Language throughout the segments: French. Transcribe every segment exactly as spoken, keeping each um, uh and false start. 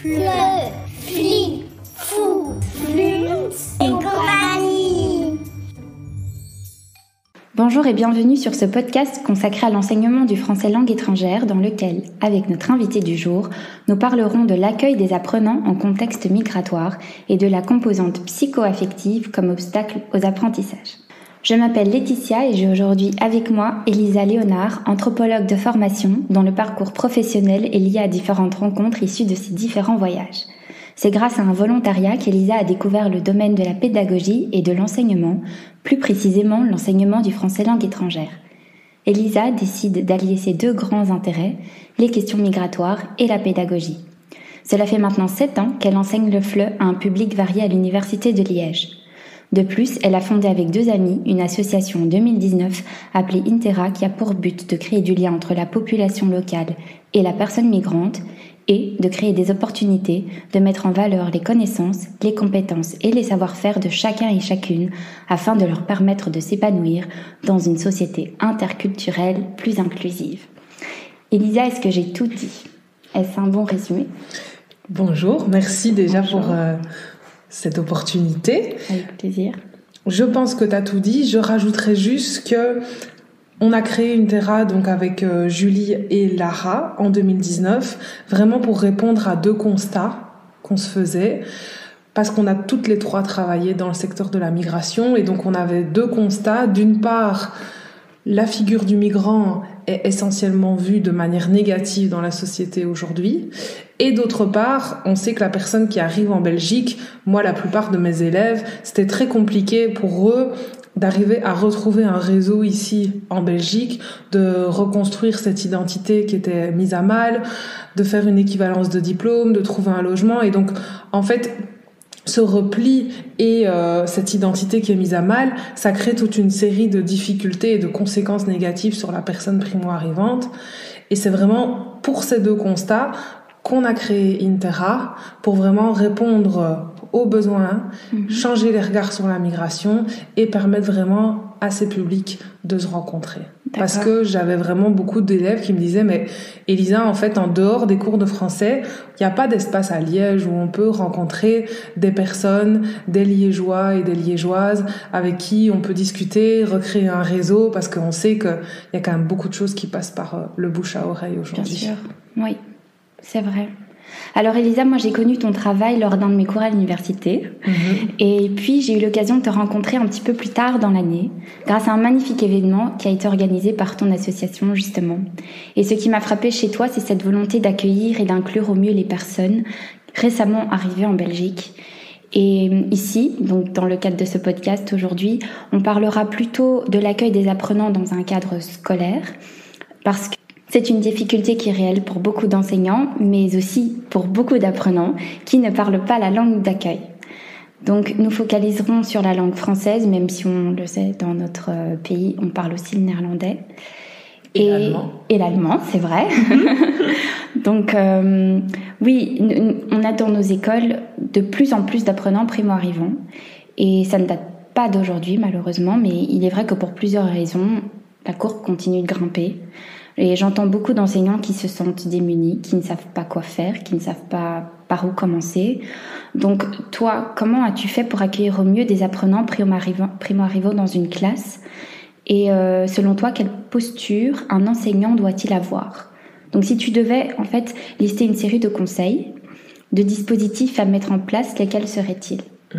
Fleu, Fli, Fou, Flux et compagnie. Bonjour et bienvenue sur ce podcast consacré à l'enseignement du français langue étrangère dans lequel, avec notre invité du jour, nous parlerons de l'accueil des apprenants en contexte migratoire et de la composante psycho-affective comme obstacle aux apprentissages. Je m'appelle Laetitia et j'ai aujourd'hui avec moi Elisa Léonard, anthropologue de formation dont le parcours professionnel est lié à différentes rencontres issues de ses différents voyages. C'est grâce à un volontariat qu'Elisa a découvert le domaine de la pédagogie et de l'enseignement, plus précisément l'enseignement du français langue étrangère. Elisa décide d'allier ses deux grands intérêts, les questions migratoires et la pédagogie. Cela fait maintenant sept ans qu'elle enseigne le F L E à un public varié à l'université de Liège. De plus, elle a fondé avec deux amis une association en deux mille dix-neuf appelée Intera qui a pour but de créer du lien entre la population locale et la personne migrante et de créer des opportunités, de mettre en valeur les connaissances, les compétences et les savoir-faire de chacun et chacune afin de leur permettre de s'épanouir dans une société interculturelle plus inclusive. Elisa, est-ce que j'ai tout dit? Est-ce un bon résumé? Bonjour, merci déjà Bonjour. pour euh, cette opportunité. Avec plaisir. Je pense que tu as tout dit. Je rajouterais juste que on a créé Intera donc avec euh, Julie et Lara en deux mille dix-neuf, vraiment pour répondre à deux constats qu'on se faisait, parce qu'on a toutes les trois travaillé dans le secteur de la migration, et donc on avait deux constats. D'une part, la figure du migrant est essentiellement vue de manière négative dans la société aujourd'hui. Et d'autre part, on sait que la personne qui arrive en Belgique, moi, la plupart de mes élèves, c'était très compliqué pour eux d'arriver à retrouver un réseau ici en Belgique, de reconstruire cette identité qui était mise à mal, de faire une équivalence de diplôme, de trouver un logement. Et donc, en fait, ce repli et euh, cette identité qui est mise à mal, ça crée toute une série de difficultés et de conséquences négatives sur la personne primo-arrivante. Et c'est vraiment pour ces deux constats qu'on a créé Intera, pour vraiment répondre aux besoins, mmh. changer les regards sur la migration et permettre vraiment à ces publics de se rencontrer. D'accord. Parce que j'avais vraiment beaucoup d'élèves qui me disaient « Mais Elisa, en fait, en dehors des cours de français, il n'y a pas d'espace à Liège où on peut rencontrer des personnes, des Liégeois et des Liégeoises avec qui on peut discuter, recréer un réseau, parce qu'on sait qu'il y a quand même beaucoup de choses qui passent par le bouche à oreille aujourd'hui. » Bien sûr, oui. C'est vrai. Alors Elisa, moi j'ai connu ton travail lors d'un de mes cours à l'université mmh. et puis j'ai eu l'occasion de te rencontrer un petit peu plus tard dans l'année grâce à un magnifique événement qui a été organisé par ton association justement. Et ce qui m'a frappé chez toi, c'est cette volonté d'accueillir et d'inclure au mieux les personnes récemment arrivées en Belgique. Et ici, donc dans le cadre de ce podcast aujourd'hui, on parlera plutôt de l'accueil des apprenants dans un cadre scolaire parce que c'est une difficulté qui est réelle pour beaucoup d'enseignants, mais aussi pour beaucoup d'apprenants qui ne parlent pas la langue d'accueil. Donc, nous focaliserons sur la langue française, même si on le sait, dans notre pays, on parle aussi le néerlandais. Et, et l'allemand. Et l'allemand, c'est vrai. Donc, euh, oui, on a dans nos écoles de plus en plus d'apprenants primo-arrivants. Et ça ne date pas d'aujourd'hui, malheureusement, mais il est vrai que pour plusieurs raisons, la courbe continue de grimper. Et j'entends beaucoup d'enseignants qui se sentent démunis, qui ne savent pas quoi faire, qui ne savent pas par où commencer. Donc, toi, comment as-tu fait pour accueillir au mieux des apprenants primo-arrivants dans une classe? Et euh, selon toi, quelle posture un enseignant doit-il avoir? Donc, si tu devais, en fait, lister une série de conseils, de dispositifs à mettre en place, lesquels seraient-ils? mmh.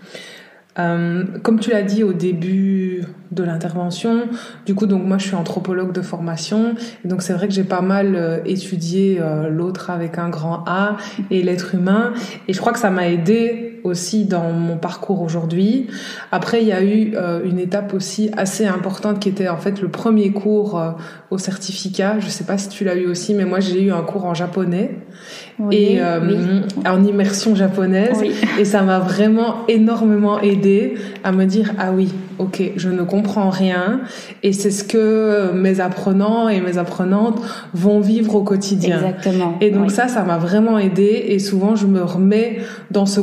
Euh, comme tu l'as dit au début de l'intervention, du coup, donc moi je suis anthropologue de formation, et donc c'est vrai que j'ai pas mal euh, étudié euh, l'autre avec un grand A et l'être humain, et je crois que ça m'a aidé aussi dans mon parcours aujourd'hui. Après, il y a eu euh, une étape aussi assez importante qui était en fait le premier cours euh, au certificat. Je sais pas si tu l'as eu aussi, mais moi j'ai eu un cours en japonais. Oui, et euh, oui. en immersion japonaise, oui. Et ça m'a vraiment énormément aidé à me dire ah oui, ok, je ne comprends rien, et c'est ce que mes apprenants et mes apprenantes vont vivre au quotidien. Exactement. Et donc oui. ça, ça m'a vraiment aidé, et souvent je me remets dans ce contexte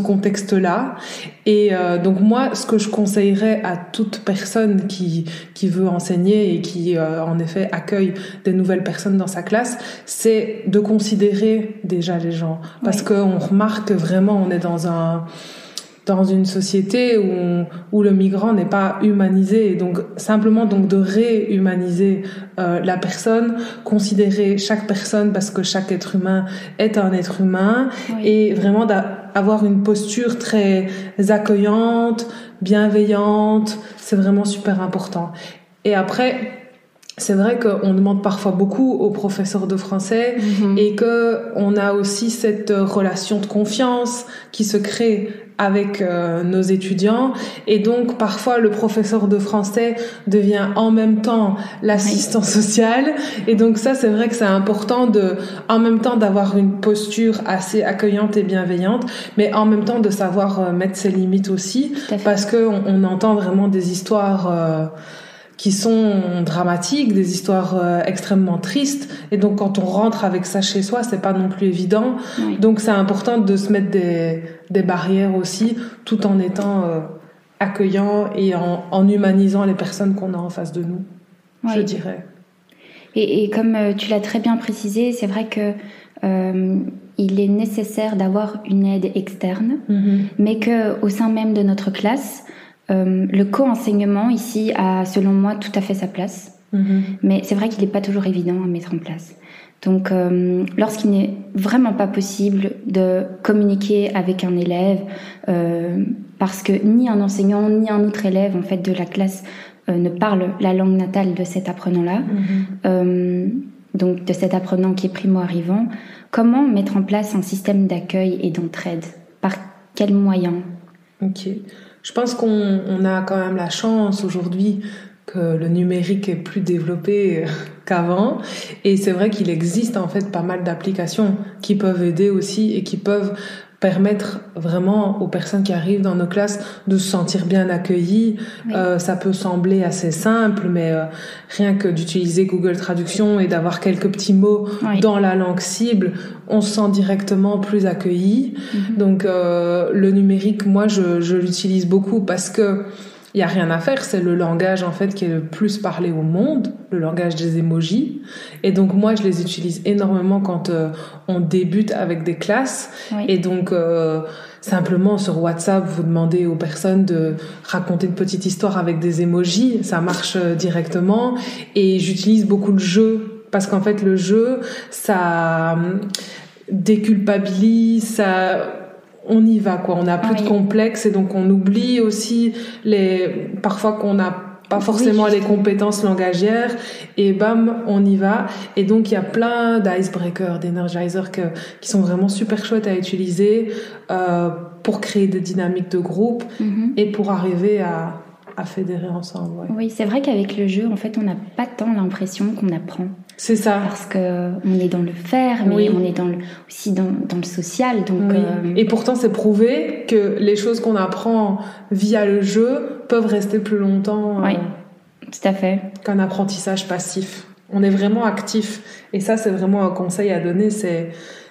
contexte-là. Et euh, donc moi, ce que je conseillerais à toute personne qui qui veut enseigner et qui euh, en effet accueille des nouvelles personnes dans sa classe, c'est de considérer déjà les gens, parce oui. qu'on remarque que vraiment on est dans un dans une société où, on, où le migrant n'est pas humanisé, et donc simplement donc de réhumaniser euh, la personne, considérer chaque personne parce que chaque être humain est un être humain, oui. et vraiment d'avoir une posture très accueillante, bienveillante, c'est vraiment super important. Et après, c'est vrai qu'on demande parfois beaucoup aux professeurs de français, mmh. et que on a aussi cette relation de confiance qui se crée avec euh, nos étudiants, et donc parfois le professeur de français devient en même temps l'assistant oui. social, et donc ça c'est vrai que c'est important de en même temps d'avoir une posture assez accueillante et bienveillante, mais en même temps de savoir euh, mettre ses limites aussi, parce que on, on entend vraiment des histoires euh, qui sont dramatiques, des histoires euh, extrêmement tristes, et donc quand on rentre avec ça chez soi, c'est pas non plus évident. Oui. Donc c'est important de se mettre des des barrières aussi, tout en étant euh, accueillant et en, en humanisant les personnes qu'on a en face de nous, oui. je dirais. Et, et comme euh, tu l'as très bien précisé, c'est vrai que euh, il est nécessaire d'avoir une aide externe, mm-hmm. mais que au sein même de notre classe, Euh, le co-enseignement ici a, selon moi, tout à fait sa place. Mmh. Mais c'est vrai qu'il n'est pas toujours évident à mettre en place. Donc, euh, lorsqu'il n'est vraiment pas possible de communiquer avec un élève, euh, parce que ni un enseignant ni un autre élève en fait de la classe euh, ne parle la langue natale de cet apprenant-là, mmh. euh, donc de cet apprenant qui est primo-arrivant, comment mettre en place un système d'accueil et d'entraide ? Par quels moyens ? Ok. Je pense qu'on on a quand même la chance aujourd'hui que le numérique est plus développé qu'avant, et c'est vrai qu'il existe en fait pas mal d'applications qui peuvent aider aussi et qui peuvent permettre vraiment aux personnes qui arrivent dans nos classes de se sentir bien accueillies. Oui. Euh, ça peut sembler assez simple, mais euh, rien que d'utiliser Google Traduction et d'avoir quelques petits mots oui. dans la langue cible, on se sent directement plus accueilli. Mm-hmm. Donc euh, le numérique, moi je, je l'utilise beaucoup parce que il y a rien à faire, c'est le langage en fait qui est le plus parlé au monde, le langage des emojis, et donc moi je les utilise énormément quand euh, on débute avec des classes, oui. et donc euh, simplement sur WhatsApp vous demandez aux personnes de raconter une petite histoire avec des emojis, ça marche euh, directement, et j'utilise beaucoup le jeu parce qu'en fait le jeu ça euh, déculpabilise, ça on y va quoi, on n'a plus oui. de complexe, et donc on oublie aussi les parfois qu'on n'a pas forcément oui, les compétences langagières, et bam on y va. Et donc il y a plein d'icebreakers, d'energizers que, qui sont vraiment super chouettes à utiliser euh, pour créer des dynamiques de groupe mm-hmm. et pour arriver à, à fédérer ensemble. Ouais. Oui, c'est vrai qu'avec le jeu en fait on n'a pas tant l'impression qu'on apprend. C'est ça. Parce que on est dans le faire, mais oui. on est dans le, aussi dans, dans le social. Donc, oui. euh... Et pourtant, c'est prouvé que les choses qu'on apprend via le jeu peuvent rester plus longtemps. Oui, euh, tout à fait. Qu'un apprentissage passif. On est vraiment actif. Et ça, c'est vraiment un conseil à donner, c'est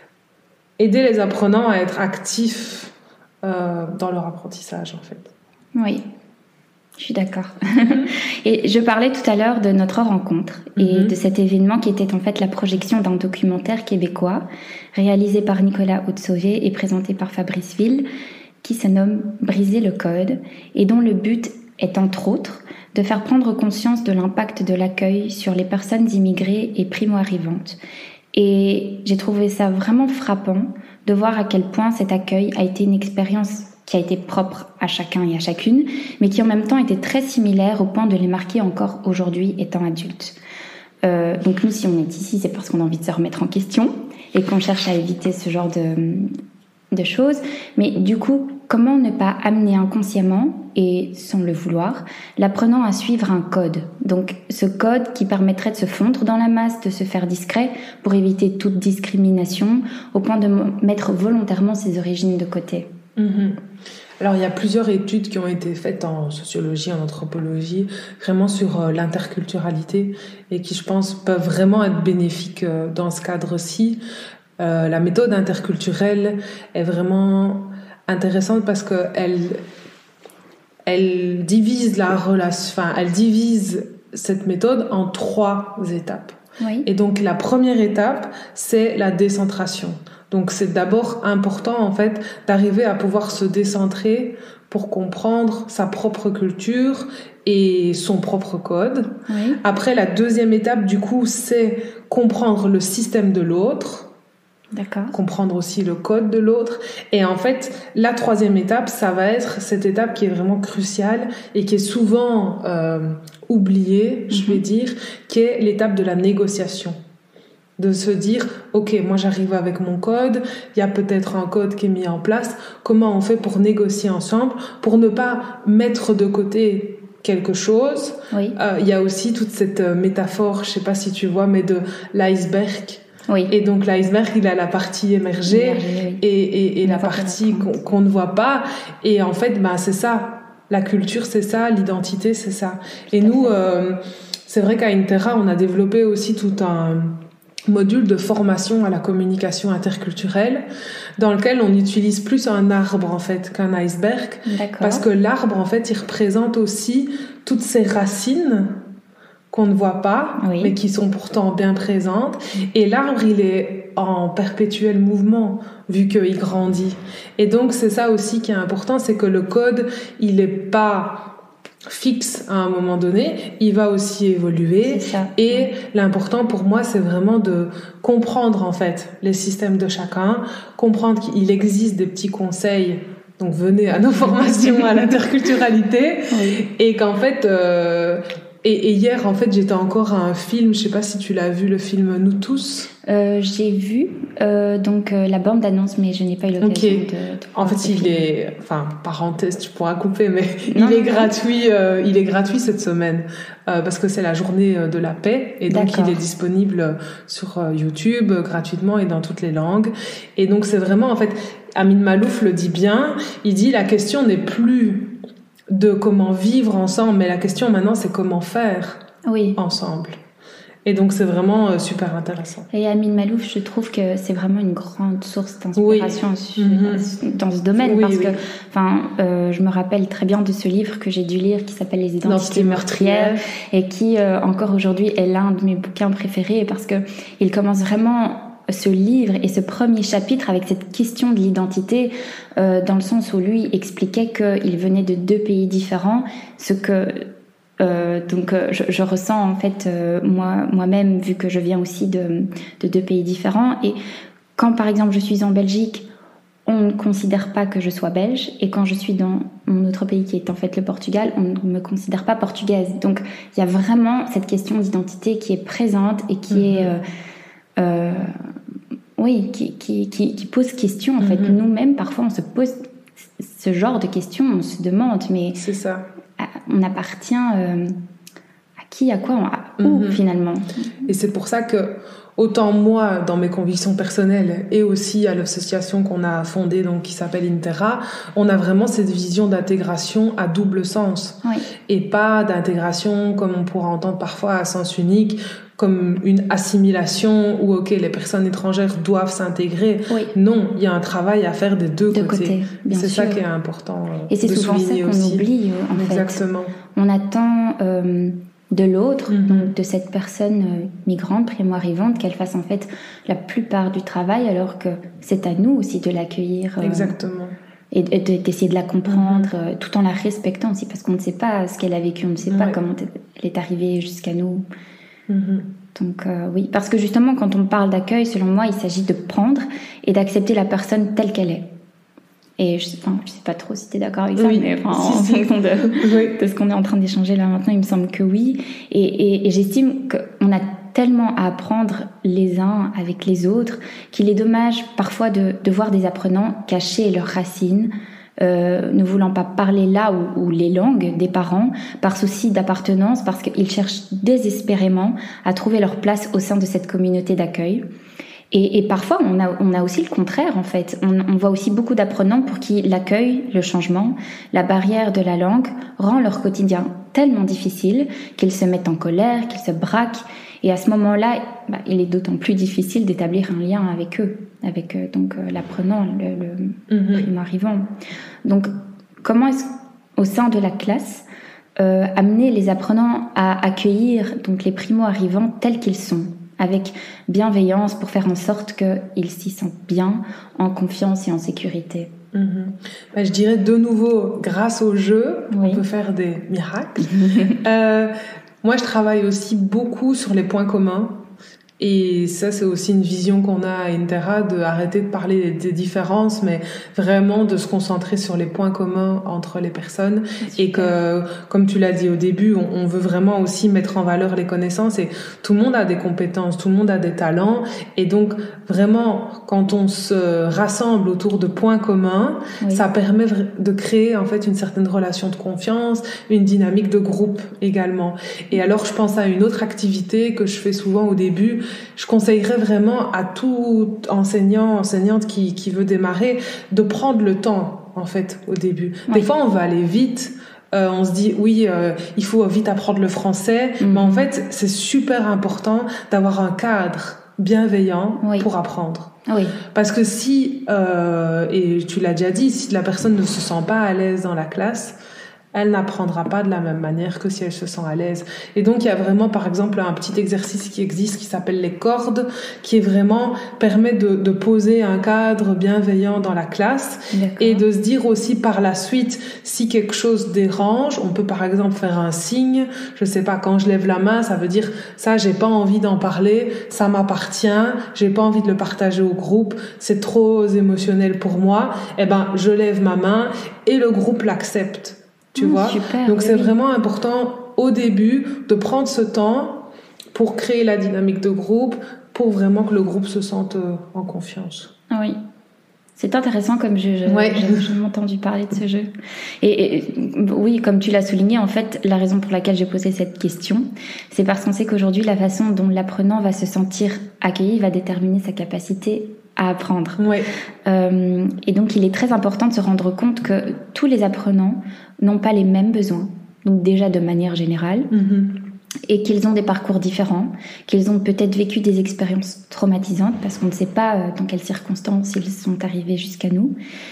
aider les apprenants à être actifs euh, dans leur apprentissage, en fait. Oui. Je suis d'accord. Et je parlais tout à l'heure de notre rencontre et mm-hmm. de cet événement qui était en fait la projection d'un documentaire québécois réalisé par Nicolas Haute-Sauvé et présenté par Fabrice Ville, qui se nomme « Briser le code » et dont le but est entre autres de faire prendre conscience de l'impact de l'accueil sur les personnes immigrées et primo-arrivantes. Et j'ai trouvé ça vraiment frappant de voir à quel point cet accueil a été une expérience qui a été propre à chacun et à chacune, mais qui en même temps était très similaire au point de les marquer encore aujourd'hui étant adultes. Euh, donc nous, si on est ici, c'est parce qu'on a envie de se remettre en question et qu'on cherche à éviter ce genre de, de choses. Mais du coup, comment ne pas amener inconsciemment, et sans le vouloir, l'apprenant à suivre un code. Donc ce code qui permettrait de se fondre dans la masse, de se faire discret pour éviter toute discrimination, au point de mettre volontairement ses origines de côté. Mmh. Alors il y a plusieurs études qui ont été faites en sociologie, en anthropologie, vraiment sur euh, l'interculturalité, et qui je pense peuvent vraiment être bénéfiques euh, dans ce cadre-ci. Euh, la méthode interculturelle est vraiment intéressante parce que elle, elle divise la relation, enfin, elle divise cette méthode en trois étapes. Oui. Et donc, la première étape, c'est la décentration. Donc, c'est d'abord important, en fait, d'arriver à pouvoir se décentrer pour comprendre sa propre culture et son propre code. Oui. Après, la deuxième étape, du coup, c'est comprendre le système de l'autre. D'accord. Comprendre aussi le code de l'autre. Et en fait, la troisième étape, ça va être cette étape qui est vraiment cruciale et qui est souvent euh, oubliée, je vais dire, qui est l'étape de la négociation. De se dire, ok, moi j'arrive avec mon code, il y a peut-être un code qui est mis en place, comment on fait pour négocier ensemble, pour ne pas mettre de côté quelque chose. Oui. Euh, il y a aussi toute cette euh, métaphore, je sais pas si tu vois, mais de l'iceberg. Oui. Et donc l'iceberg, il a la partie émergée, Émergée, oui. et, et, et la partie la qu'on, qu'on ne voit pas. Et en fait, ben, c'est ça. La culture, c'est ça. L'identité, c'est ça. Et Tout à nous, fait. euh, c'est vrai qu'à Interra, on a développé aussi tout un module de formation à la communication interculturelle dans lequel on utilise plus un arbre en fait qu'un iceberg. D'accord. Parce que l'arbre, en fait, il représente aussi toutes ces racines qu'on ne voit pas, Oui. mais qui sont pourtant bien présentes. Et l'arbre, il est en perpétuel mouvement, vu qu'il grandit. Et donc, c'est ça aussi qui est important, c'est que le code, il n'est pas fixe à un moment donné, il va aussi évoluer. C'est ça. Et l'important pour moi, c'est vraiment de comprendre, en fait, les systèmes de chacun, comprendre qu'il existe des petits conseils. Donc, venez à nos formations à l'interculturalité. Oui. Et qu'en fait... Euh, Et, et hier, en fait, j'étais encore à un film, je sais pas si tu l'as vu, le film Nous tous. Euh, j'ai vu euh, donc euh, la bande d'annonce, mais je n'ai pas eu l'occasion Ok. de, de En voir fait, ce il film. est, enfin, parenthèse, tu pourras couper, mais Non, il est non, non. gratuit, euh, il est gratuit cette semaine euh, parce que c'est la journée de la paix et donc D'accord. il est disponible sur euh, YouTube euh, gratuitement et dans toutes les langues. Et donc c'est vraiment, en fait, Amin Malouf le dit bien. Il dit la question n'est plus de comment vivre ensemble, mais la question maintenant c'est comment faire Oui. ensemble. Et donc c'est vraiment euh, super intéressant. Et Amin Malouf, je trouve que c'est vraiment une grande source d'inspiration Oui. sur- Mm-hmm. dans ce domaine Oui, parce oui. que, enfin, euh, je me rappelle très bien de ce livre que j'ai dû lire qui s'appelle Les identités Identité meurtrières et qui euh, encore aujourd'hui est l'un de mes bouquins préférés parce que il commence vraiment ce livre et ce premier chapitre avec cette question de l'identité euh, dans le sens où lui expliquait qu'il venait de deux pays différents, ce que Euh, donc euh, je, je ressens en fait euh, moi moi-même vu que je viens aussi de, de deux pays différents et quand par exemple je suis en Belgique on ne considère pas que je sois belge et quand je suis dans mon autre pays qui est en fait le Portugal on ne me considère pas portugaise, donc il y a vraiment cette question d'identité qui est présente et qui mm-hmm. est euh, euh, oui qui, qui, qui, qui pose question en mm-hmm. fait. Nous-mêmes parfois on se pose ce genre de questions, on se demande mais c'est ça, on appartient euh, à qui, à quoi, à où mm-hmm. finalement. Et c'est pour ça que autant moi, dans mes convictions personnelles et aussi à l'association qu'on a fondée, donc qui s'appelle Interra, on a vraiment cette vision d'intégration à double sens oui. et pas d'intégration comme on pourrait entendre parfois à sens unique, comme une assimilation où ok les personnes étrangères doivent s'intégrer. Oui. Non, il y a un travail à faire des deux de côtés. côté, bien c'est sûr. ça qui est important. Euh, et c'est de souvent ça qu'on aussi. oublie en Exactement. fait. On attend euh, de l'autre, mm-hmm. donc de cette personne euh, migrante, primo-arrivante, qu'elle fasse en fait la plupart du travail, alors que c'est à nous aussi de l'accueillir. Euh, Exactement. Et d'essayer de la comprendre, mm-hmm. euh, tout en la respectant aussi, parce qu'on ne sait pas ce qu'elle a vécu, on ne sait ouais. pas comment elle est arrivée jusqu'à nous. Mm-hmm. Donc euh, oui, parce que justement, quand on parle d'accueil, selon moi, il s'agit de prendre et d'accepter la personne telle qu'elle est. Et je sais, enfin, je sais pas trop si tu es d'accord avec ça, oui. mais enfin, si, en si. fonction de, oui. de ce qu'on est en train d'échanger là maintenant, il me semble que oui. Et, et, et j'estime qu'on a tellement à apprendre les uns avec les autres qu'il est dommage parfois de, de voir des apprenants cacher leurs racines, Euh, ne voulant pas parler là où, où les langues des parents, par souci d'appartenance, parce qu'ils cherchent désespérément à trouver leur place au sein de cette communauté d'accueil. Et, et parfois, on a, on a aussi le contraire, en fait. On, on voit aussi beaucoup d'apprenants pour qui l'accueil, le changement, la barrière de la langue rend leur quotidien tellement difficiles qu'ils se mettent en colère, qu'ils se braquent. Et à ce moment-là, bah, il est d'autant plus difficile d'établir un lien avec eux, avec euh, donc euh, l'apprenant, le, le mm-hmm. primo arrivant. Donc, comment est-ce au sein de la classe euh, amener les apprenants à accueillir donc les primo arrivants tels qu'ils sont, avec bienveillance, pour faire en sorte qu'ils s'y sentent bien, en confiance et en sécurité? Mmh. Ben, je dirais de nouveau, grâce au jeu, oui. on peut faire des miracles. euh, moi, je travaille aussi beaucoup sur les points communs. Et ça, c'est aussi une vision qu'on a à Intera, de arrêter de parler des différences, mais vraiment de se concentrer sur les points communs entre les personnes. Et que, comme tu l'as dit au début, on, on veut vraiment aussi mettre en valeur les connaissances. Et tout le monde a des compétences, tout le monde a des talents. Et donc, vraiment, quand on se rassemble autour de points communs, oui. ça permet de créer en fait une certaine relation de confiance, une dynamique de groupe également. Et alors, je pense à une autre activité que je fais souvent au début. Je conseillerais vraiment à tout enseignant, enseignante qui, qui veut démarrer de prendre le temps, en fait, au début. Oui. Des fois, on va aller vite. Euh, on se dit, oui, euh, il faut vite apprendre le français. Mm-hmm. Mais en fait, c'est super important d'avoir un cadre bienveillant oui. pour apprendre. Oui. Parce que si, euh, et tu l'as déjà dit, si la personne ne se sent pas à l'aise dans la classe, elle n'apprendra pas de la même manière que si elle se sent à l'aise. Et donc, il y a vraiment, par exemple, un petit exercice qui existe qui s'appelle les cordes, qui est vraiment, permet de, de poser un cadre bienveillant dans la classe. D'accord. Et de se dire aussi par la suite, si quelque chose dérange, on peut par exemple faire un signe. Je sais pas, quand je lève la main, ça veut dire, ça, j'ai pas envie d'en parler, ça m'appartient, j'ai pas envie de le partager au groupe, c'est trop émotionnel pour moi. Eh ben, je lève ma main et le groupe l'accepte. Tu mmh, vois super, donc oui. c'est vraiment important au début de prendre ce temps pour créer la dynamique de groupe, pour vraiment que le groupe se sente en confiance. Oui, c'est intéressant comme jeu. Je, ouais. J'ai jamais entendu parler de ce jeu. Et, et oui, comme tu l'as souligné, en fait, la raison pour laquelle j'ai posé cette question, c'est parce qu'on sait qu'aujourd'hui, la façon dont l'apprenant va se sentir accueilli va déterminer sa capacité à apprendre. Ouais. Euh, et donc, il est très important de se rendre compte que tous les apprenants n'ont pas les mêmes besoins, donc déjà de manière générale, mm-hmm. et qu'ils ont des parcours différents, qu'ils ont peut-être vécu des expériences traumatisantes, parce qu'on ne sait pas dans quelles circonstances ils sont arrivés jusqu'à nous.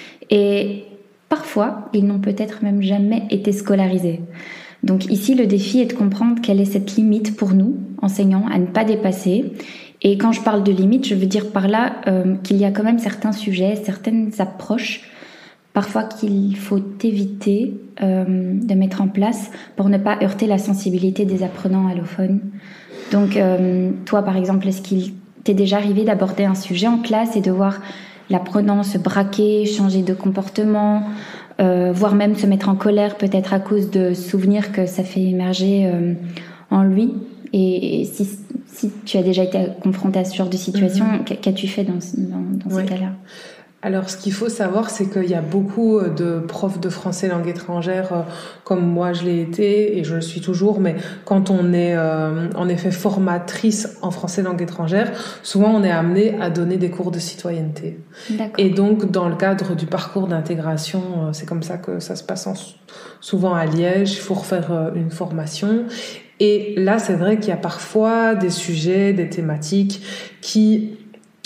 Et parfois, ils n'ont peut-être même jamais été scolarisés. Donc ici, le défi est de comprendre quelle est cette limite pour nous, enseignants, à ne pas dépasser. Et quand je parle de limite, je veux dire par là euh, qu'il y a quand même certains sujets, certaines approches, parfois qu'il faut éviter euh, de mettre en place pour ne pas heurter la sensibilité des apprenants allophones. Donc, euh, toi, par exemple, est-ce qu'il t'est déjà arrivé d'aborder un sujet en classe et de voir l'apprenant se braquer, changer de comportement, euh, voire même se mettre en colère, peut-être à cause de souvenirs que ça fait émerger euh, en lui? Et, et si, si tu as déjà été confronté à ce genre de situation, mm-hmm. qu'as-tu fait dans, dans, dans ouais. ces cas-là? Alors, ce qu'il faut savoir, c'est qu'il y a beaucoup de profs de français langue étrangère, euh, comme moi je l'ai été, et je le suis toujours, mais quand on est euh, en effet formatrice en français langue étrangère, souvent on est amené à donner des cours de citoyenneté. D'accord. Et donc, dans le cadre du parcours d'intégration, euh, c'est comme ça que ça se passe en, souvent à Liège, il faut refaire euh, une formation. Et là, c'est vrai qu'il y a parfois des sujets, des thématiques qui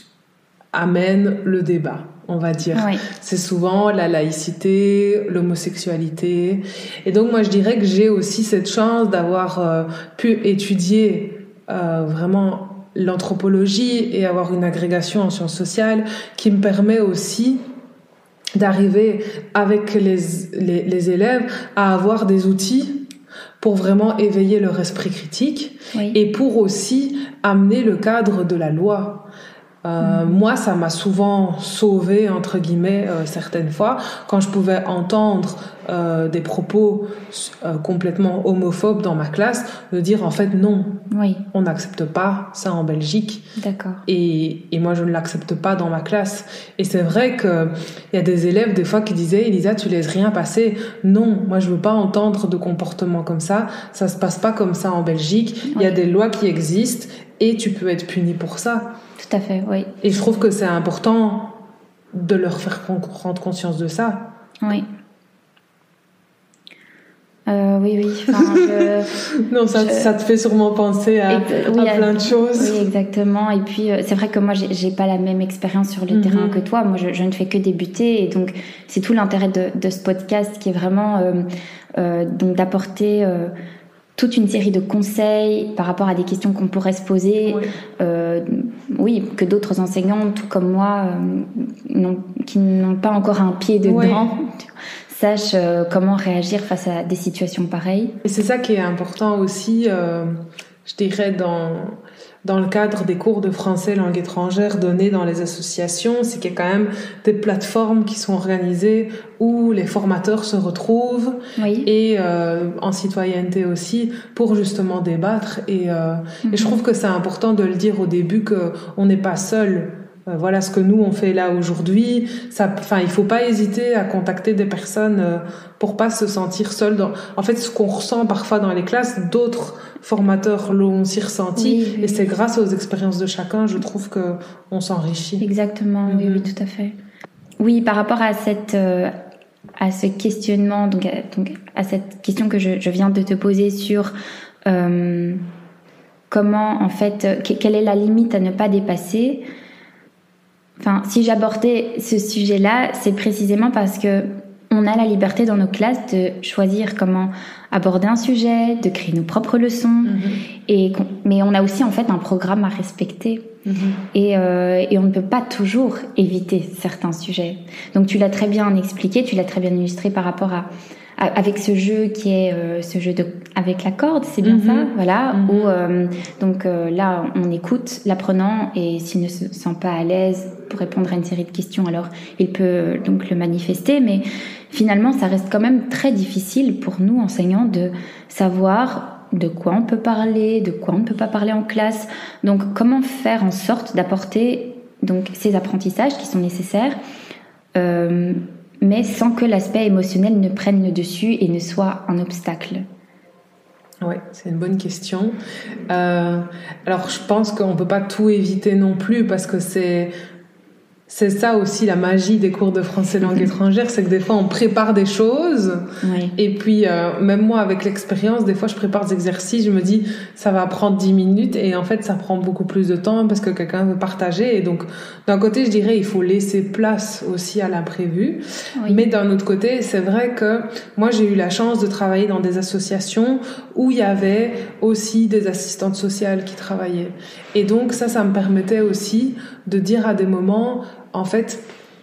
amènent le débat, on va dire. Oui. C'est souvent la laïcité, l'homosexualité. Et donc, moi, je dirais que j'ai aussi cette chance d'avoir euh, pu étudier euh, vraiment l'anthropologie et avoir une agrégation en sciences sociales qui me permet aussi d'arriver avec les, les, les élèves à avoir des outils pour vraiment éveiller leur esprit critique, oui. et pour aussi amener le cadre de la loi. Euh, mmh. Moi, ça m'a souvent sauvée, entre guillemets, euh, certaines fois, quand je pouvais entendre euh, des propos euh, complètement homophobes dans ma classe, de dire en fait non, oui. on n'accepte pas ça en Belgique. D'accord. Et, et moi, je ne l'accepte pas dans ma classe. Et c'est vrai qu'il y a des élèves, des fois, qui disaient « Elisa, tu laisses rien passer. » Non, moi, je veux pas entendre de comportement comme ça. Ça se passe pas comme ça en Belgique. Oui. Il y a des lois qui existent et tu peux être puni pour ça. Tout à fait, oui. Et je trouve que c'est important de leur faire prendre conscience de ça. Oui. Euh, oui, oui. Enfin, je, non, ça, je... ça te fait sûrement penser à, Ex- oui, à plein de choses. Oui, exactement. Et puis, euh, c'est vrai que moi, j'ai, j'ai pas la même expérience sur le mm-hmm. terrain que toi. Moi, je, je ne fais que débuter. Et donc, c'est tout l'intérêt de, de ce podcast qui est vraiment euh, euh, donc d'apporter euh, toute une série de conseils par rapport à des questions qu'on pourrait se poser. Oui, euh, oui que d'autres enseignants, tout comme moi, euh, n'ont, qui n'ont pas encore un pied dedans. Oui. Sachent euh, comment réagir face à des situations pareilles. Et c'est ça qui est important aussi, euh, je dirais, dans, dans le cadre des cours de français langue étrangère donnés dans les associations, c'est qu'il y a quand même des plateformes qui sont organisées où les formateurs se retrouvent, oui. et euh, en citoyenneté aussi, pour justement débattre. Et, euh, mm-hmm. et je trouve que c'est important de le dire au début qu'on n'est pas seul. Voilà ce que nous on fait là aujourd'hui. Ça, enfin, il faut pas hésiter à contacter des personnes euh, pour pas se sentir seul. Dans... En fait, ce qu'on ressent parfois dans les classes, d'autres formateurs l'ont aussi ressenti, oui, oui, et c'est grâce aux expériences de chacun, je trouve que on s'enrichit. Exactement, mm-hmm. oui, oui, tout à fait. Oui, par rapport à cette, euh, à ce questionnement, donc à, donc à cette question que je, je viens de te poser sur euh, comment, en fait, quelle est la limite à ne pas dépasser. Enfin, si j'abordais ce sujet-là, c'est précisément parce que on a la liberté dans nos classes de choisir comment aborder un sujet, de créer nos propres leçons, mm-hmm. et mais on a aussi en fait un programme à respecter, mm-hmm. et, euh, et on ne peut pas toujours éviter certains sujets. Donc tu l'as très bien expliqué, tu l'as très bien illustré par rapport à avec ce jeu qui est euh, ce jeu de avec la corde, c'est bien mm-hmm. ça, voilà, mm-hmm. où euh, donc euh, là on écoute l'apprenant et s'il ne se sent pas à l'aise pour répondre à une série de questions, alors il peut donc le manifester, mais finalement ça reste quand même très difficile pour nous enseignants de savoir de quoi on peut parler, de quoi on ne peut pas parler en classe. Donc comment faire en sorte d'apporter donc ces apprentissages qui sont nécessaires, euh, mais sans que l'aspect émotionnel ne prenne le dessus et ne soit un obstacle. Oui, c'est une bonne question. Euh, alors, je pense qu'on ne peut pas tout éviter non plus, parce que c'est, c'est ça aussi la magie des cours de français langue étrangère, c'est que des fois on prépare des choses, oui. et puis euh, même moi avec l'expérience, des fois je prépare des exercices, je me dis ça va prendre dix minutes, et en fait ça prend beaucoup plus de temps parce que quelqu'un veut partager, et donc d'un côté je dirais il faut laisser place aussi à l'imprévu, oui. mais d'un autre côté c'est vrai que moi j'ai eu la chance de travailler dans des associations où il y avait aussi des assistantes sociales qui travaillaient, et donc ça ça me permettait aussi de dire à des moments, en fait,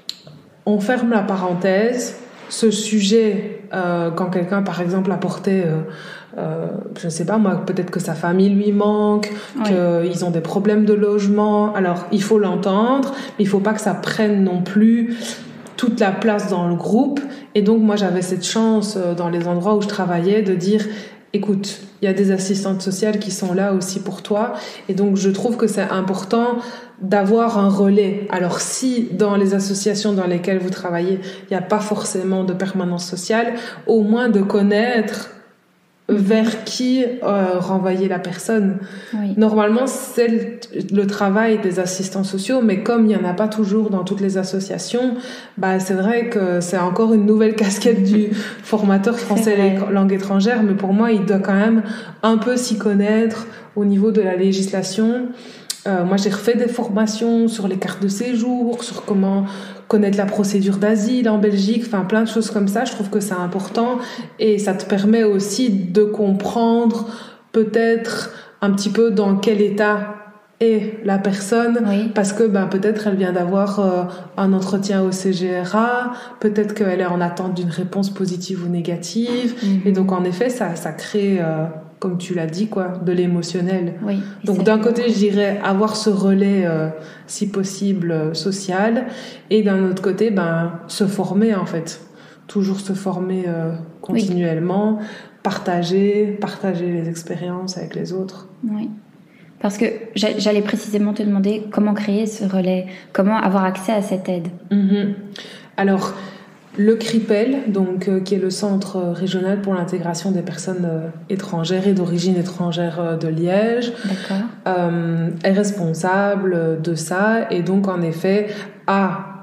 on ferme la parenthèse. Ce sujet, euh, quand quelqu'un, par exemple, apportait, euh, euh, je ne sais pas moi, peut-être que sa famille lui manque, oui. qu'ils ont des problèmes de logement. Alors, il faut l'entendre, mais il ne faut pas que ça prenne non plus toute la place dans le groupe. Et donc, moi, j'avais cette chance, euh, dans les endroits où je travaillais, de dire... Écoute, il y a des assistantes sociales qui sont là aussi pour toi, et donc je trouve que c'est important d'avoir un relais. Alors si dans les associations dans lesquelles vous travaillez, il n'y a pas forcément de permanence sociale, au moins de connaître vers qui euh, renvoyer la personne. Oui. Normalement, c'est le, le travail des assistants sociaux, mais comme il n'y en a pas toujours dans toutes les associations, bah, c'est vrai que c'est encore une nouvelle casquette du formateur français langue étrangère, mais pour moi, il doit quand même un peu s'y connaître au niveau de la législation. Euh, moi, j'ai refait des formations sur les cartes de séjour, sur comment connaître la procédure d'asile en Belgique, enfin plein de choses comme ça. Je trouve que c'est important, et ça te permet aussi de comprendre peut-être un petit peu dans quel état est la personne, oui. parce que ben, peut-être elle vient d'avoir euh, un entretien au C G R A, peut-être qu'elle est en attente d'une réponse positive ou négative, mm-hmm. et donc en effet ça, ça crée... Euh, comme tu l'as dit, quoi, de l'émotionnel. Oui, donc d'un côté, je dirais avoir ce relais, euh, si possible, euh, social, et d'un autre côté, ben, se former, en fait. Toujours se former euh, continuellement, oui. partager, partager les expériences avec les autres. Oui. Parce que j'allais précisément te demander comment créer ce relais, comment avoir accès à cette aide. Mm-hmm. Alors... Le CRIPEL, donc, euh, qui est le Centre régional pour l'intégration des personnes euh, étrangères et d'origine étrangère euh, de Liège, euh, est responsable de ça, et donc en effet a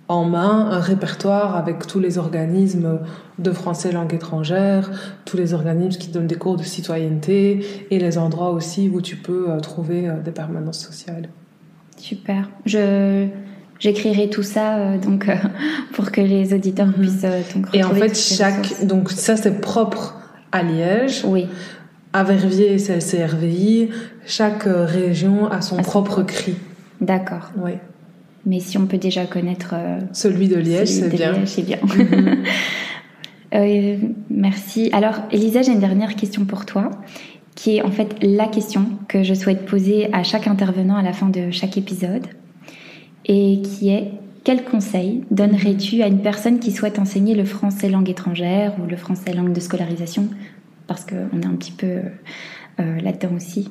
en main un répertoire avec tous les organismes de français langue étrangère, tous les organismes qui donnent des cours de citoyenneté et les endroits aussi où tu peux euh, trouver euh, des permanences sociales. Super. Je... J'écrirai tout ça euh, donc, euh, pour que les auditeurs mm-hmm. puissent euh, donc retrouver. Et en fait, chaque... Donc ça, c'est propre à Liège. Oui. À Verviers, c'est le C R V I. Chaque euh, région a son à propre son... cri. D'accord. Oui. Mais si on peut déjà connaître... Euh, celui de Liège, celui c'est, de bien. Liège, c'est bien. Mm-hmm. euh, merci. Alors, Elisa, j'ai une dernière question pour toi, qui est en fait la question que je souhaite poser à chaque intervenant à la fin de chaque épisode, et qui est: quel conseil donnerais-tu à une personne qui souhaite enseigner le français langue étrangère ou le français langue de scolarisation, parce qu'on est un petit peu euh, là-dedans aussi.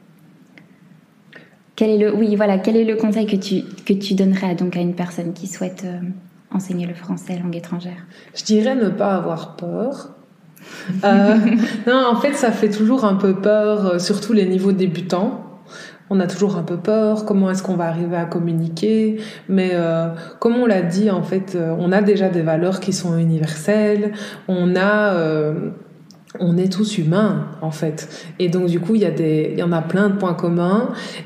Quel est le, oui, voilà, quel est le conseil que tu, que tu donnerais donc à une personne qui souhaite euh, enseigner le français langue étrangère? Je dirais ne pas avoir peur. euh, non, en fait, ça fait toujours un peu peur, surtout les niveaux débutants. On a toujours un peu peur, comment est-ce qu'on va arriver à communiquer, mais euh, comme on l'a dit, en fait, euh, on a déjà des valeurs qui sont universelles, on a... Euh, on est tous humains, en fait. Et donc, du coup, il y a des, il y en a plein de points communs.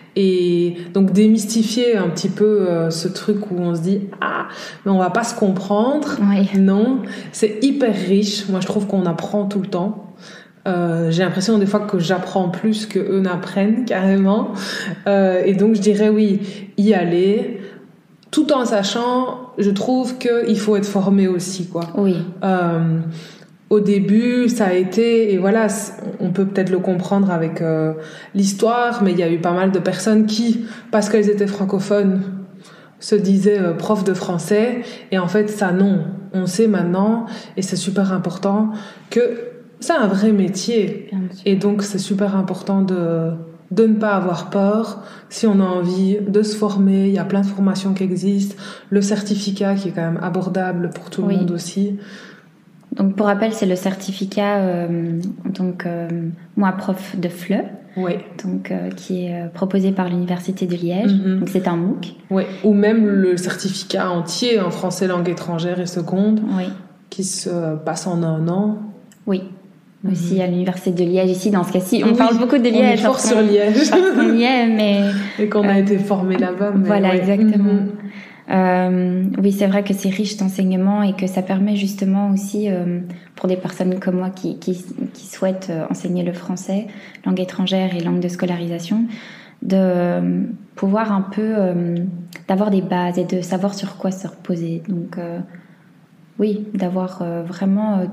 Et donc, démystifier un petit peu euh, ce truc où on se dit « Ah, mais on va pas se comprendre. Oui. » Non, c'est hyper riche. Moi, je trouve qu'on apprend tout le temps. Euh, j'ai l'impression des fois que j'apprends plus que eux n'apprennent, carrément. Euh, et donc, je dirais oui, y aller, tout en sachant, je trouve qu'il faut être formé aussi, quoi. Oui. Euh, Au début, ça a été, et voilà, on peut peut-être le comprendre avec euh, l'histoire, mais il y a eu pas mal de personnes qui, parce qu'elles étaient francophones, se disaient euh, profs de français, et en fait, ça non. On sait maintenant, et c'est super important, que c'est un vrai métier. Et donc, c'est super important de, de ne pas avoir peur. Si on a envie de se former, il y a plein de formations qui existent. Le certificat qui est quand même abordable pour tout le oui. monde aussi. Donc, pour rappel, c'est le certificat, euh, donc, euh, moi, prof de F L E, oui. donc, euh, qui est proposé par l'Université de Liège. Mm-hmm. Donc, c'est un MOOC. Oui. Ou même le certificat entier en français langue étrangère et seconde, oui. qui se passe en un an. Oui. Mm-hmm. Aussi à l'Université de Liège, ici, dans ce cas-ci. On oui, parle beaucoup de Liège. On est fort sur Liège. On y est, mais... Et qu'on a euh, été formé là-bas. Mais voilà, ouais. exactement. Mm-hmm. Euh, oui, c'est vrai que c'est riche d'enseignement et que ça permet justement aussi, euh, pour des personnes comme moi qui, qui, qui souhaitent euh, enseigner le français, langue étrangère et langue de scolarisation, de euh, pouvoir un peu, euh, d'avoir des bases et de savoir sur quoi se reposer. Donc, euh, oui, d'avoir euh, vraiment euh,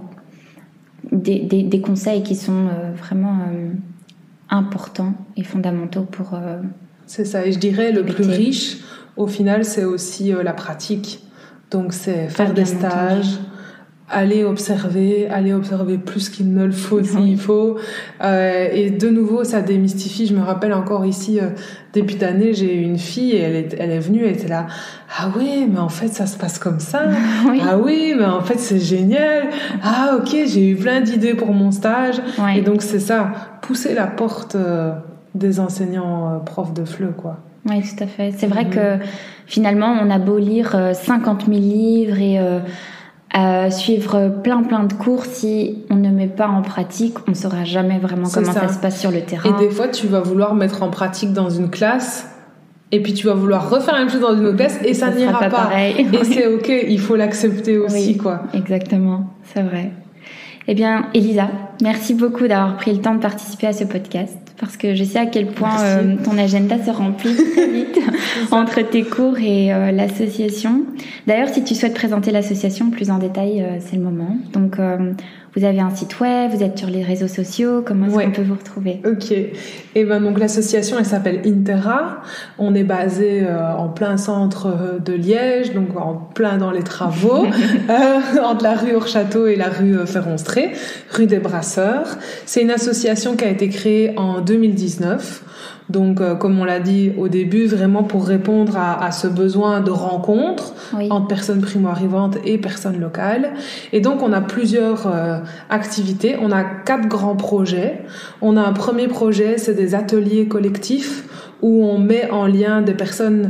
des, des, des conseils qui sont euh, vraiment euh, importants et fondamentaux pour... Euh, c'est ça, et je dirais le plus riche... Au final, c'est aussi euh, la pratique. Donc, c'est faire ah, des stages, entendu. aller observer, aller observer plus qu'il ne le faut s'il oui. faut. Euh, et de nouveau, ça démystifie. Je me rappelle encore ici, euh, début d'année, j'ai une fille et elle est, elle est venue, elle était là. Ah oui, mais en fait, ça se passe comme ça. Oui. Ah oui, mais en fait, c'est génial. Ah ok, j'ai eu plein d'idées pour mon stage. Oui. Et donc, c'est ça, pousser la porte euh, des enseignants euh, profs de F L E, quoi. Oui, tout à fait. C'est vrai mmh. que finalement, on a beau lire cinquante mille livres et euh, euh, suivre plein plein de cours, si on ne met pas en pratique, on ne saura jamais vraiment c'est comment ça. ça se passe sur le terrain. Et des fois, tu vas vouloir mettre en pratique dans une classe, et puis tu vas vouloir refaire la même chose dans une autre classe, et ça, ça n'ira pas. pas. Pareil. Et c'est ok, il faut l'accepter aussi, oui, quoi. Exactement, c'est vrai. Eh bien, Elisa, merci beaucoup d'avoir pris le temps de participer à ce podcast, parce que je sais à quel point euh, ton agenda se remplit très vite entre tes cours et euh, l'association. D'ailleurs, si tu souhaites présenter l'association plus en détail, euh, c'est le moment. Donc, euh, vous avez un site web, vous êtes sur les réseaux sociaux, comment est-ce ouais. qu'on peut vous retrouver? Ok. Et ben donc l'association, elle s'appelle Intera. On est basé euh, en plein centre de Liège, donc en plein dans les travaux, euh, entre la rue Hors-Château et la rue Ferronstré, rue des Brasseurs. C'est une association qui a été créée en deux mille dix-neuf. Donc, euh, comme on l'a dit au début, vraiment pour répondre à, à ce besoin de rencontre oui. entre personnes primo-arrivantes et personnes locales. Et donc, on a plusieurs euh, activités. On a quatre grands projets. On a un premier projet, c'est des ateliers collectifs où on met en lien des personnes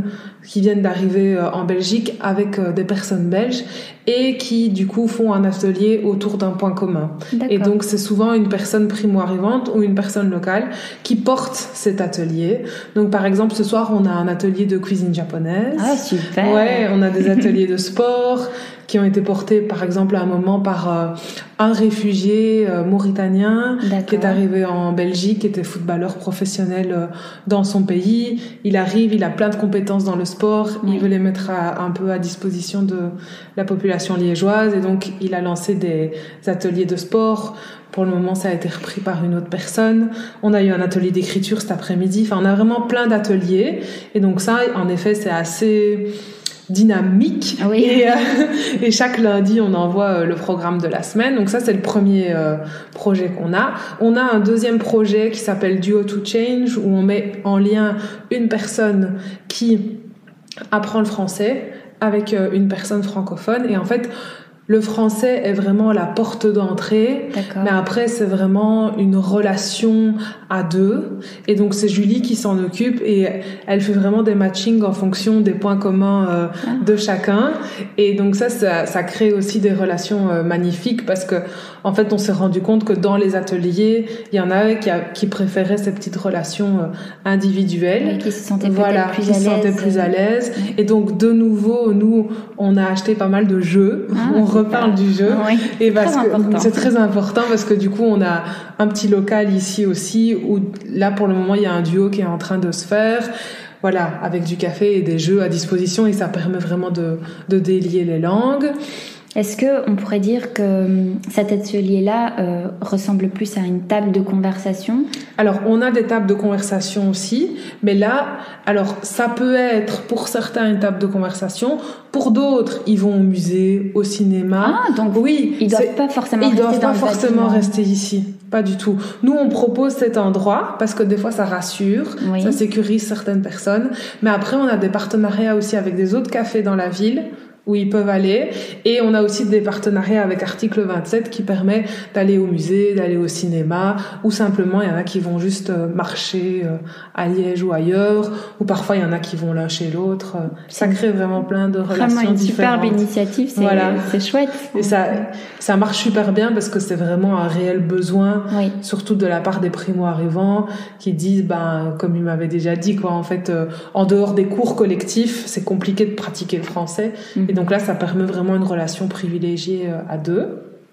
qui viennent d'arriver en Belgique avec des personnes belges et qui du coup font un atelier autour d'un point commun. D'accord. Et donc c'est souvent une personne primo-arrivante ou une personne locale qui porte cet atelier. Donc par exemple ce soir on a un atelier de cuisine japonaise. Ah super. Ouais, on a des ateliers de sport qui ont été portés par exemple à un moment par euh, un réfugié euh, mauritanien D'accord. qui est arrivé en Belgique, qui était footballeur professionnel euh, dans son pays. Il arrive, il a plein de compétences dans le sport, Oui. il veut les mettre à, un peu à disposition de la population liégeoise et donc il a lancé des ateliers de sport. Pour le moment, ça a été repris par une autre personne. On a eu un atelier d'écriture cet après-midi. Enfin, on a vraiment plein d'ateliers. Et donc ça, en effet, c'est assez dynamique. Oui. Et, euh, et chaque lundi, on envoie euh, le programme de la semaine. Donc ça, c'est le premier euh, projet qu'on a. On a un deuxième projet qui s'appelle Duo to Change, où on met en lien une personne qui apprend le français avec euh, une personne francophone. Et en fait, le français est vraiment la porte d'entrée, D'accord. mais après c'est vraiment une relation à deux. Et donc c'est Julie qui s'en occupe et elle fait vraiment des matchings en fonction des points communs euh, Ah. de chacun. Et donc ça, ça, ça crée aussi des relations euh, magnifiques parce que en fait on s'est rendu compte que dans les ateliers, il y en avait qui, a, qui préféraient ces petites relations euh, individuelles. Oui, qui se sentaient Voilà, peut-être plus qui à se l'aise. sentaient plus à l'aise. Ouais. Et donc de nouveau, nous, on a acheté pas mal de jeux. Ah, on super. reparle du jeu. Oui. Et parce Très que important. c'est très important parce que du coup, on a un petit local ici aussi où là, pour le moment, il y a un duo qui est en train de se faire. Voilà, avec du café et des jeux à disposition et ça permet vraiment de, de délier les langues. Est-ce que on pourrait dire que hum, cet atelier-là euh, ressemble plus à une table de conversation? Alors, on a des tables de conversation aussi, mais là, alors, ça peut être pour certains une table de conversation, pour d'autres, ils vont au musée, au cinéma. Ah, donc Oui, ils doivent c'est- pas forcément Ils rester doivent dans pas le forcément bâtiment. rester ici, pas du tout. Nous, on propose cet endroit parce que des fois, ça rassure, Oui. ça sécurise certaines personnes. Mais après, on a des partenariats aussi avec des autres cafés dans la ville où ils peuvent aller. Et on a aussi des partenariats avec Article vingt-sept qui permet d'aller au musée, d'aller au cinéma, ou simplement, il y en a qui vont juste euh, marcher euh, à Liège ou ailleurs, ou parfois, il y en a qui vont l'un chez l'autre. Euh, Ça crée vraiment plein de relations Vraiment une différentes. superbe initiative, c'est Voilà. c'est chouette. Et ça, ça marche super bien parce que c'est vraiment un réel besoin, Oui. surtout de la part des primo-arrivants qui disent, ben, comme il m'avait déjà dit, quoi, en fait, euh, en dehors des cours collectifs, c'est compliqué de pratiquer le français. Mhm. Et donc là, ça permet vraiment une relation privilégiée euh, à deux.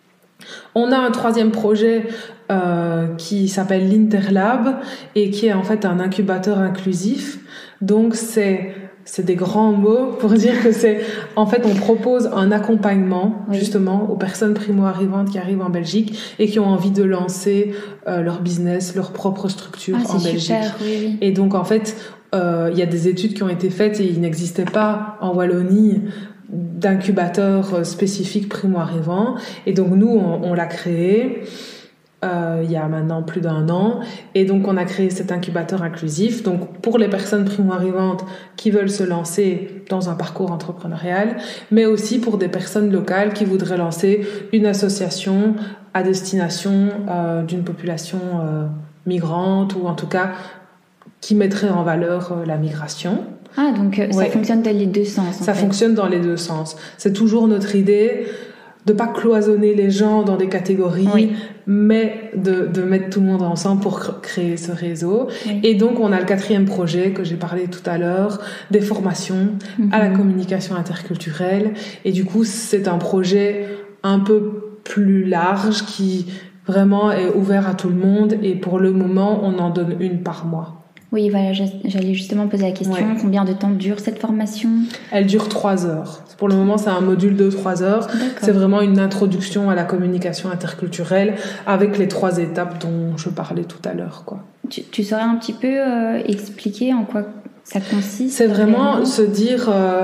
On a un troisième projet euh, qui s'appelle l'Interlab et qui est en fait un incubateur inclusif. Donc c'est c'est des grands mots pour dire que c'est en fait on propose un accompagnement Oui. justement aux personnes primo-arrivantes qui arrivent en Belgique et qui ont envie de lancer euh, leur business, leur propre structure Ah, en c'est Belgique. super, oui, oui. Et donc en fait, euh, il y a des études qui ont été faites et il n'existait pas en Wallonie d'incubateur euh, spécifique primo-arrivant. Et donc nous, on, on l'a créé euh, il y a maintenant plus d'un an. Et donc on a créé cet incubateur inclusif. Donc pour les personnes primo-arrivantes qui veulent se lancer dans un parcours entrepreneurial, mais aussi pour des personnes locales qui voudraient lancer une association à destination euh, d'une population euh, migrante ou en tout cas qui mettrait en valeur euh, la migration. Ah, donc euh, ça Ouais. fonctionne dans les deux sens. en Ça fait. fonctionne dans les deux sens. C'est toujours notre idée de pas cloisonner les gens dans des catégories, Oui. mais de, de mettre tout le monde ensemble pour cr- créer ce réseau. Oui. Et donc, on a le quatrième projet que j'ai parlé tout à l'heure, des formations à la Mhm. communication interculturelle. Et du coup, c'est un projet un peu plus large qui vraiment est ouvert à tout le monde. Et pour le moment, on en donne une par mois. Oui, voilà, je- j'allais justement poser la question. Ouais. Combien de temps dure cette formation? Elle dure trois heures. Pour le moment, c'est un module de trois heures. C'est D'accord. vraiment une introduction à la communication interculturelle avec les trois étapes dont je parlais tout à l'heure, quoi. Tu, tu saurais un petit peu euh, expliquer en quoi ça consiste? C'est vraiment réellement se dire, euh,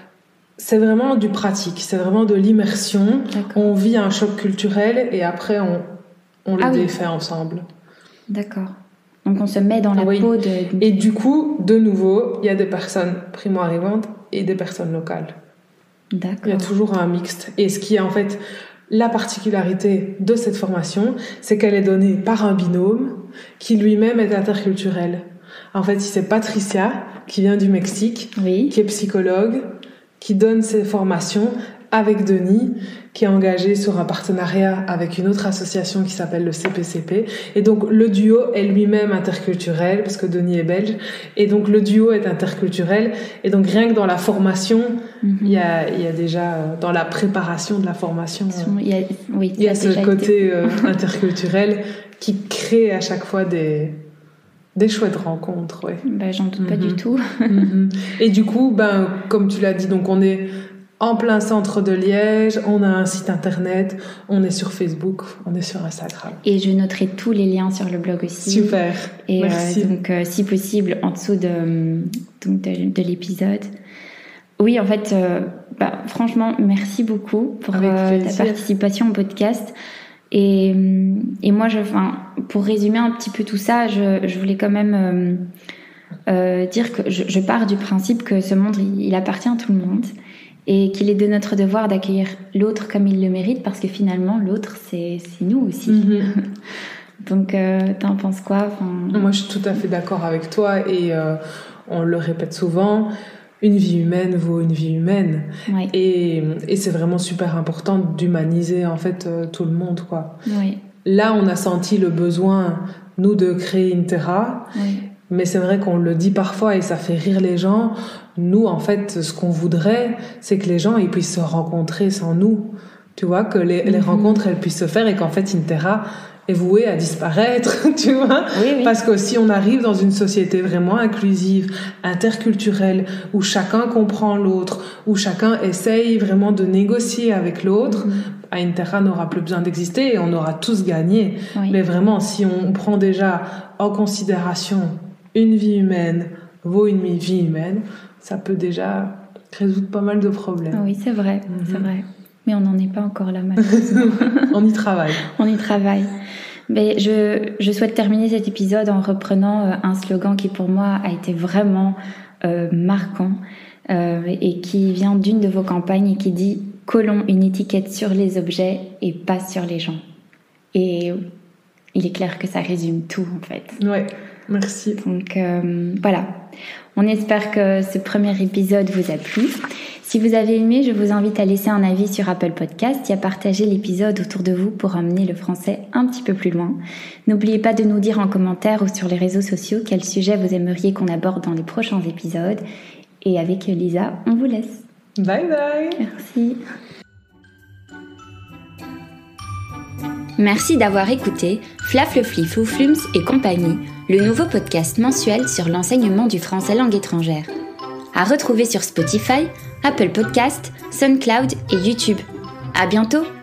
c'est vraiment du pratique, c'est vraiment de l'immersion. D'accord. On vit un choc culturel et après on, on le Ah oui. défait ensemble. D'accord. Donc on se met dans la Oui. peau de... Et du coup, de nouveau, il y a des personnes primo-arrivantes et des personnes locales. Il y a D'accord. toujours un mixte. Et ce qui est en fait la particularité de cette formation, c'est qu'elle est donnée par un binôme qui lui-même est interculturel. En fait, c'est Patricia, qui vient du Mexique, oui. qui est psychologue, qui donne ses formations avec Denis, qui est engagé sur un partenariat avec une autre association qui s'appelle le C P C P. Et donc, le duo est lui-même interculturel, parce que Denis est belge. Et donc, le duo est interculturel. Et donc, rien que dans la formation, mm-hmm. il y a, il y a déjà, dans la préparation de la formation, il y a, oui, il y a ce côté euh, interculturel qui crée à chaque fois des... Des chouettes rencontres, ouais. Ben, j'en doute mm-hmm. pas du tout. mm-hmm. Et du coup, ben, comme tu l'as dit, donc on est en plein centre de Liège, on a un site internet, on est sur Facebook, on est sur Instagram. Et je noterai tous les liens sur le blog aussi. Super, et merci. Euh, donc, euh, si possible, en dessous de, donc de, de l'épisode. Oui, en fait, euh, bah, franchement, merci beaucoup pour euh, ta participation au podcast. Et, et moi, je, enfin, pour résumer un petit peu tout ça, je, je voulais quand même euh, euh, dire que je, je pars du principe que ce monde, il, il appartient à tout le monde et qu'il est de notre devoir d'accueillir l'autre comme il le mérite, parce que finalement, l'autre, c'est, c'est nous aussi. Mm-hmm. Donc, euh, t'en penses quoi? Enfin... Moi, je suis tout à fait d'accord avec toi et euh, on le répète souvent. Une vie humaine vaut une vie humaine. Oui. Et, et c'est vraiment super important d'humaniser en fait euh, tout le monde, quoi. Oui. Là, on a senti le besoin, nous, de créer Intera. Oui. Mais c'est vrai qu'on le dit parfois et ça fait rire les gens. Nous, en fait, ce qu'on voudrait, c'est que les gens ils puissent se rencontrer sans nous. Tu vois, que les, mm-hmm. les rencontres, elles puissent se faire et qu'en fait, Intera est voué à disparaître, tu vois, oui, oui. Parce que si on arrive dans une société vraiment inclusive, interculturelle, où chacun comprend l'autre, où chacun essaye vraiment de négocier avec l'autre, mm-hmm. Intera n'aura plus besoin d'exister et on aura tous gagné. Oui. Mais vraiment, si on prend déjà en considération une vie humaine vaut une vie humaine, ça peut déjà résoudre pas mal de problèmes. Oui, c'est vrai, mm-hmm. c'est vrai. Mais on n'en est pas encore là, malheureusement. On y travaille. On y travaille. Mais je, je souhaite terminer cet épisode en reprenant euh, un slogan qui, pour moi, a été vraiment euh, marquant euh, et qui vient d'une de vos campagnes et qui dit « Collons une étiquette sur les objets et pas sur les gens ». Et il est clair que ça résume tout, en fait. Ouais, merci. Donc, euh, voilà. On espère que ce premier épisode vous a plu. Si vous avez aimé, je vous invite à laisser un avis sur Apple Podcast et à partager l'épisode autour de vous pour emmener le français un petit peu plus loin. N'oubliez pas de nous dire en commentaire ou sur les réseaux sociaux quel sujet vous aimeriez qu'on aborde dans les prochains épisodes. Et avec Lisa, on vous laisse. Bye bye. Merci. Merci d'avoir écouté Flaf le Flif ou Flums et compagnie, le nouveau podcast mensuel sur l'enseignement du français langue étrangère. À retrouver sur Spotify, Apple Podcast, SoundCloud et YouTube. À bientôt!